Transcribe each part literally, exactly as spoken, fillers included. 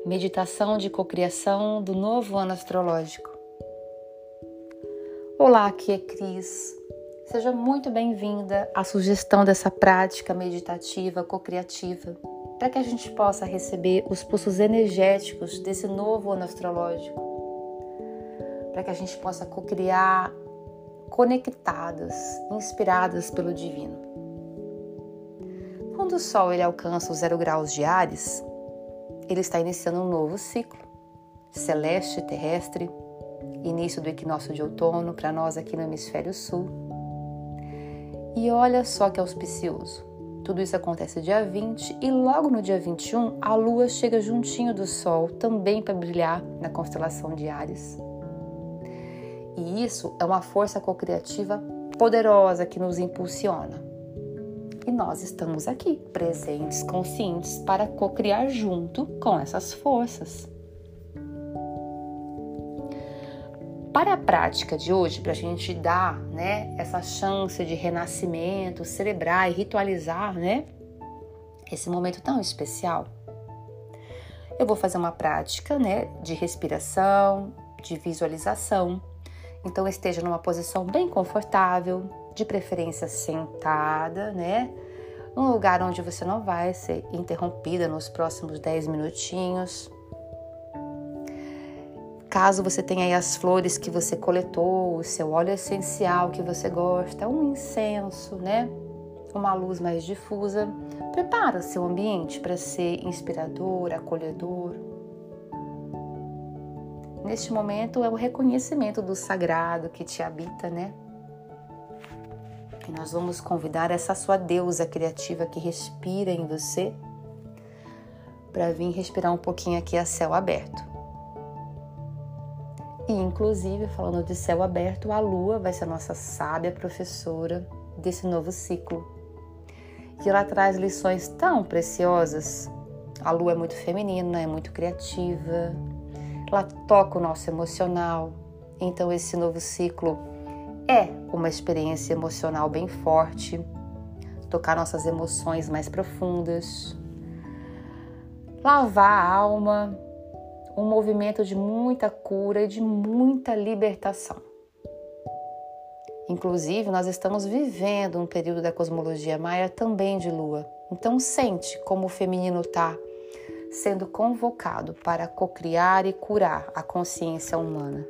Meditação de cocriação do novo ano astrológico. Olá, aqui é Cris. Seja muito bem-vinda à sugestão dessa prática meditativa cocriativa, para que a gente possa receber os pulsos energéticos desse novo ano astrológico, para que a gente possa cocriar conectadas, inspiradas pelo divino. Quando o Sol ele alcança os zero graus de Áries, ele está iniciando um novo ciclo celeste, terrestre, início do equinócio de outono para nós aqui no hemisfério sul. E olha só que auspicioso. Tudo isso acontece dia vinte e logo no dia vinte e um a Lua chega juntinho do Sol também para brilhar na constelação de Áries. E isso é uma força cocriativa poderosa que nos impulsiona. E nós estamos aqui, presentes, conscientes, para cocriar junto com essas forças. Para a prática de hoje, para a gente dar, né, essa chance de renascimento, celebrar e ritualizar, né, esse momento tão especial, eu vou fazer uma prática, né, de respiração, de visualização. Então esteja numa posição bem confortável, de preferência sentada, né? Num lugar onde você não vai ser interrompida nos próximos dez minutinhos. Caso você tenha aí as flores que você coletou, o seu óleo essencial que você gosta, um incenso, né? Uma luz mais difusa, prepara o seu ambiente para ser inspirador, acolhedor. Neste momento é o reconhecimento do sagrado que te habita, né? E nós vamos convidar essa sua deusa criativa que respira em você para vir respirar um pouquinho aqui a céu aberto. E inclusive, falando de céu aberto, a Lua vai ser a nossa sábia professora desse novo ciclo. E ela traz lições tão preciosas. A Lua é muito feminina, é muito criativa. Ela toca o nosso emocional. Então esse novo ciclo é uma experiência emocional bem forte, tocar nossas emoções mais profundas, lavar a alma, um movimento de muita cura e de muita libertação. Inclusive, nós estamos vivendo um período da cosmologia maia também de lua. Então sente como o feminino está sendo convocado para cocriar e curar a consciência humana.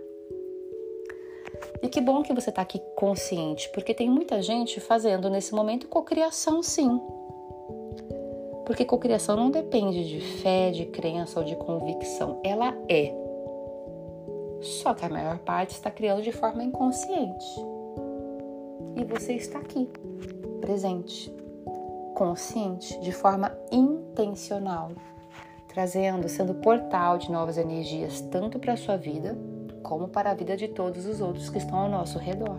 E que bom que você está aqui consciente, porque tem muita gente fazendo nesse momento cocriação, sim. Porque cocriação não depende de fé, de crença ou de convicção. Ela é. Só que a maior parte está criando de forma inconsciente. E você está aqui, presente, consciente, de forma intencional, trazendo, sendo portal de novas energias, tanto para a sua vida, como para a vida de todos os outros que estão ao nosso redor.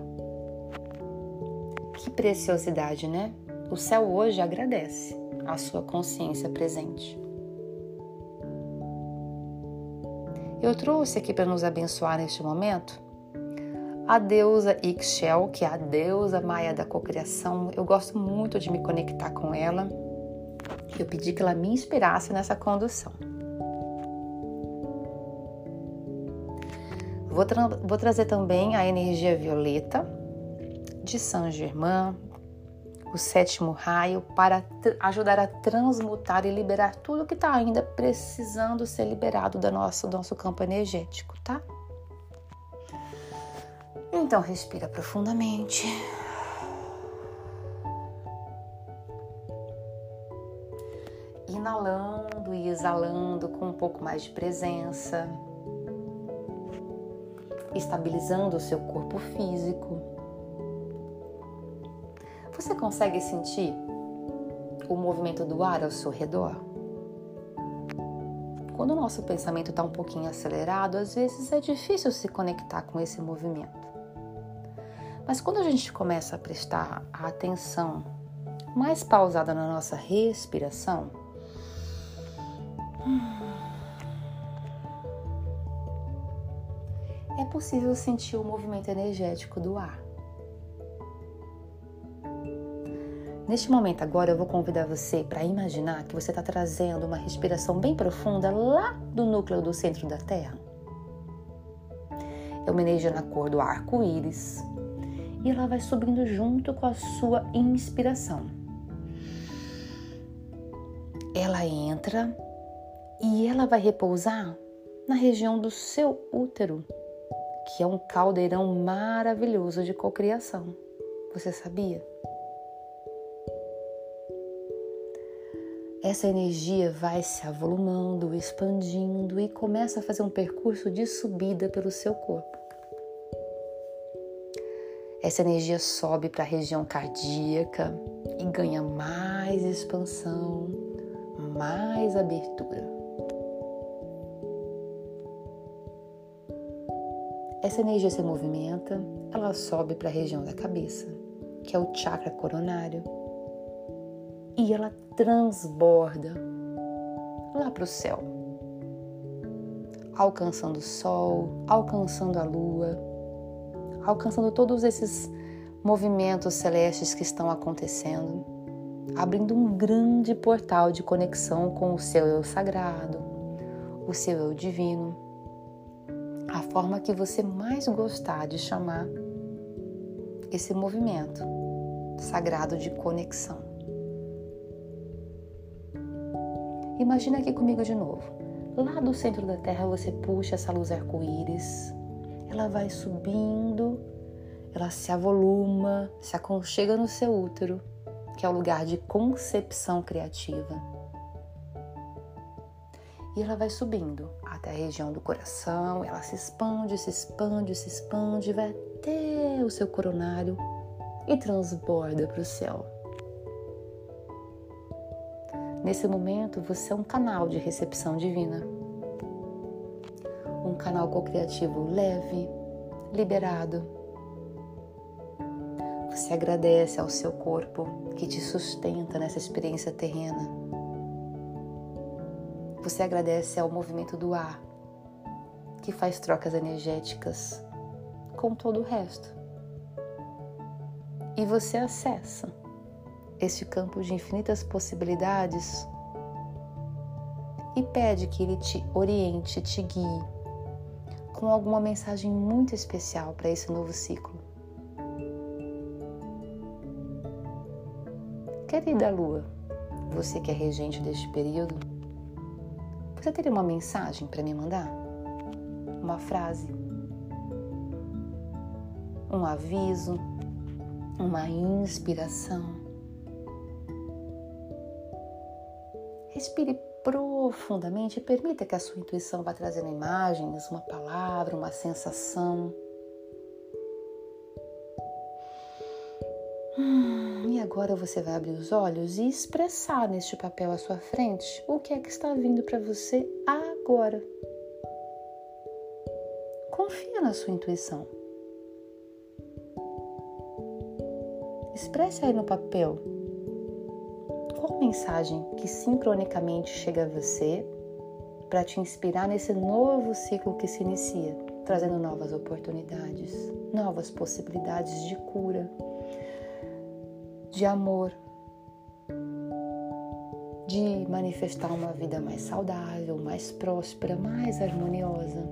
Que preciosidade, né? O céu hoje agradece a sua consciência presente. Eu trouxe aqui para nos abençoar neste momento a deusa Ixchel, que é a deusa maia da cocriação. Eu gosto muito de me conectar com ela. Eu pedi que ela me inspirasse nessa condução. Vou, tra- vou trazer também a energia violeta de Saint Germain, o sétimo raio, para t- ajudar a transmutar e liberar tudo que está ainda precisando ser liberado do nosso, do nosso campo energético, tá? Então, respira profundamente. Inalando e exalando com um pouco mais de presença. Estabilizando o seu corpo físico. Você consegue sentir o movimento do ar ao seu redor? Quando o nosso pensamento está um pouquinho acelerado, às vezes é difícil se conectar com esse movimento. Mas quando a gente começa a prestar a atenção mais pausada na nossa respiração, é possível sentir o movimento energético do ar. Neste momento agora eu vou convidar você para imaginar que você está trazendo uma respiração bem profunda lá do núcleo do centro da Terra. É uma energia na cor do arco-íris e ela vai subindo junto com a sua inspiração. Ela entra e ela vai repousar na região do seu útero, que é um caldeirão maravilhoso de cocriação. Você sabia? Essa energia vai se avolumando, expandindo e começa a fazer um percurso de subida pelo seu corpo. Essa energia sobe para a região cardíaca e ganha mais expansão, mais abertura. Essa energia se movimenta, ela sobe para a região da cabeça, que é o chakra coronário, e ela transborda lá para o céu, alcançando o sol, alcançando a lua, alcançando todos esses movimentos celestes que estão acontecendo, abrindo um grande portal de conexão com o seu eu sagrado, o seu eu divino, a forma que você mais gostar de chamar esse movimento sagrado de conexão. Imagina aqui comigo de novo. Lá do centro da Terra você puxa essa luz arco-íris, ela vai subindo, ela se avoluma, se aconchega no seu útero, que é o lugar de concepção criativa. E ela vai subindo até a região do coração, ela se expande, se expande, se expande, vai até o seu coronário e transborda para o céu. Nesse momento, você é um canal de recepção divina. Um canal co-criativo leve, liberado. Você agradece ao seu corpo que te sustenta nessa experiência terrena. Você agradece ao movimento do ar, que faz trocas energéticas com todo o resto. E você acessa este campo de infinitas possibilidades e pede que ele te oriente, te guie com alguma mensagem muito especial para esse novo ciclo. Querida Lua, você que é regente deste período, você teria uma mensagem para me mandar? Uma frase? Um aviso? Uma inspiração? Respire profundamente e permita que a sua intuição vá trazendo imagens, uma palavra, uma sensação. Hum, e agora você vai abrir os olhos e expressar neste papel à sua frente o que é que está vindo para você agora. Confia na sua intuição. Expresse aí no papel qual mensagem que sincronicamente chega a você para te inspirar nesse novo ciclo que se inicia, trazendo novas oportunidades, novas possibilidades de cura, de amor, de manifestar uma vida mais saudável, mais próspera, mais harmoniosa.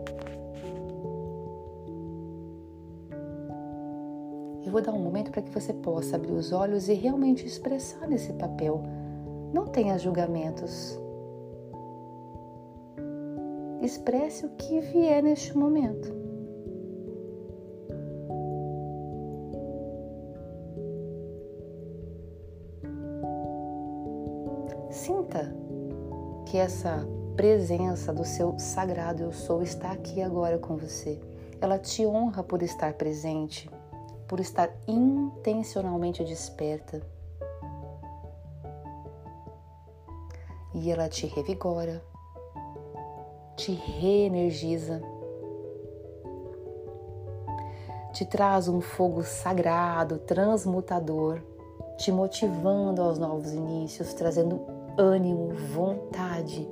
Eu vou dar um momento para que você possa abrir os olhos e realmente expressar nesse papel. Não tenha julgamentos. Expresse o que vier neste momento. Sinta que essa presença do seu sagrado eu sou está aqui agora com você. Ela te honra por estar presente, por estar intencionalmente desperta. E ela te revigora, te reenergiza, te traz um fogo sagrado, transmutador, te motivando aos novos inícios, trazendo ânimo, vontade,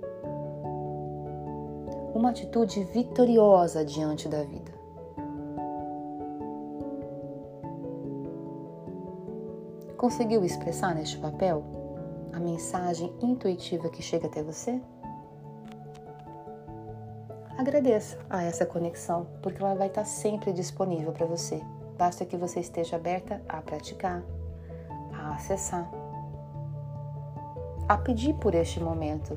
uma atitude vitoriosa diante da vida. Conseguiu expressar neste papel a mensagem intuitiva que chega até você? Agradeça a essa conexão, porque ela vai estar sempre disponível para você. Basta que você esteja aberta a praticar, a acessar, a pedir por este momento.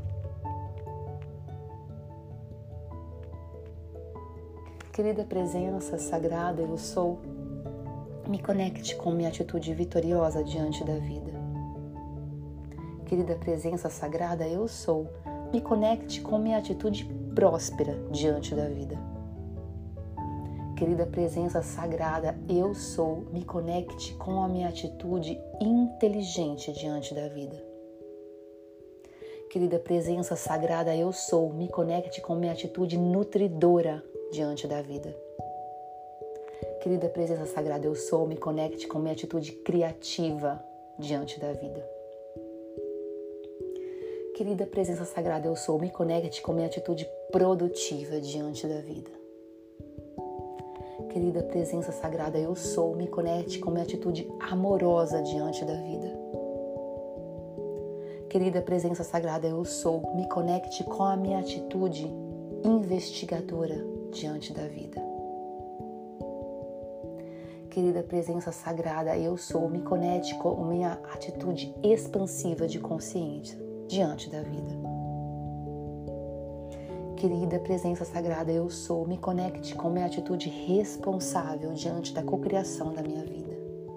Querida presença sagrada, eu sou, me conecte com minha atitude vitoriosa diante da vida. Querida presença sagrada, eu sou, me conecte com minha atitude próspera diante da vida. Querida presença sagrada, eu sou, me conecte com a minha atitude inteligente diante da vida. Querida presença sagrada, eu sou, me conecte com minha atitude nutridora diante da vida. Querida presença sagrada, eu sou, me conecte com minha atitude criativa diante da vida. Querida presença sagrada, eu sou, me conecte com minha atitude produtiva diante da vida. Querida presença sagrada, eu sou, me conecte com minha atitude amorosa diante da vida. Querida presença sagrada, eu sou, me conecte com a minha atitude investigadora diante da vida. Querida presença sagrada, eu sou, me conecte com a minha atitude expansiva de consciência diante da vida. Querida presença sagrada, eu sou, me conecte com minha atitude responsável diante da cocriação da minha vida.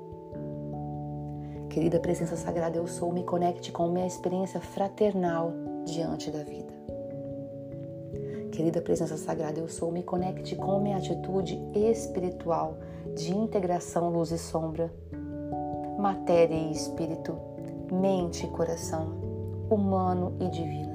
Querida presença sagrada, eu sou, me conecte com minha experiência fraternal diante da vida. Querida presença sagrada, eu sou, me conecte com minha atitude espiritual de integração luz e sombra, matéria e espírito, mente e coração, humano e divino.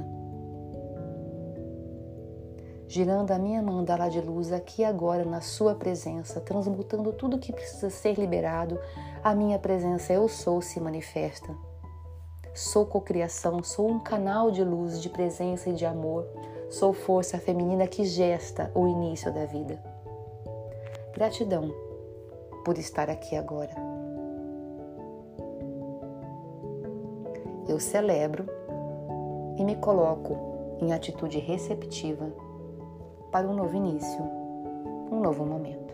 Girando a minha mandala de luz aqui agora na sua presença, transmutando tudo que precisa ser liberado, a minha presença eu sou se manifesta. Sou cocriação, sou um canal de luz, de presença e de amor. Sou força feminina que gesta o início da vida. Gratidão por estar aqui agora. Eu celebro e me coloco em atitude receptiva para um novo início, um novo momento.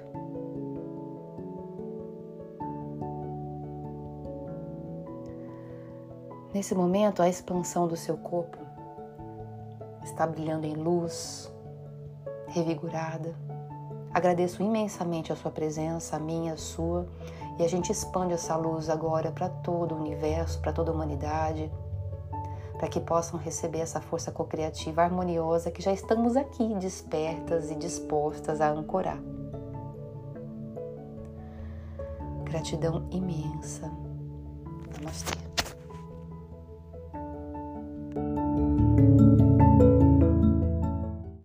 Nesse momento, a expansão do seu corpo está brilhando em luz, revigorada. Agradeço imensamente a sua presença, a minha, a sua, e a gente expande essa luz agora para todo o universo, para toda a humanidade, para que possam receber essa força cocriativa harmoniosa que já estamos aqui despertas e dispostas a ancorar. Gratidão imensa. Namastê.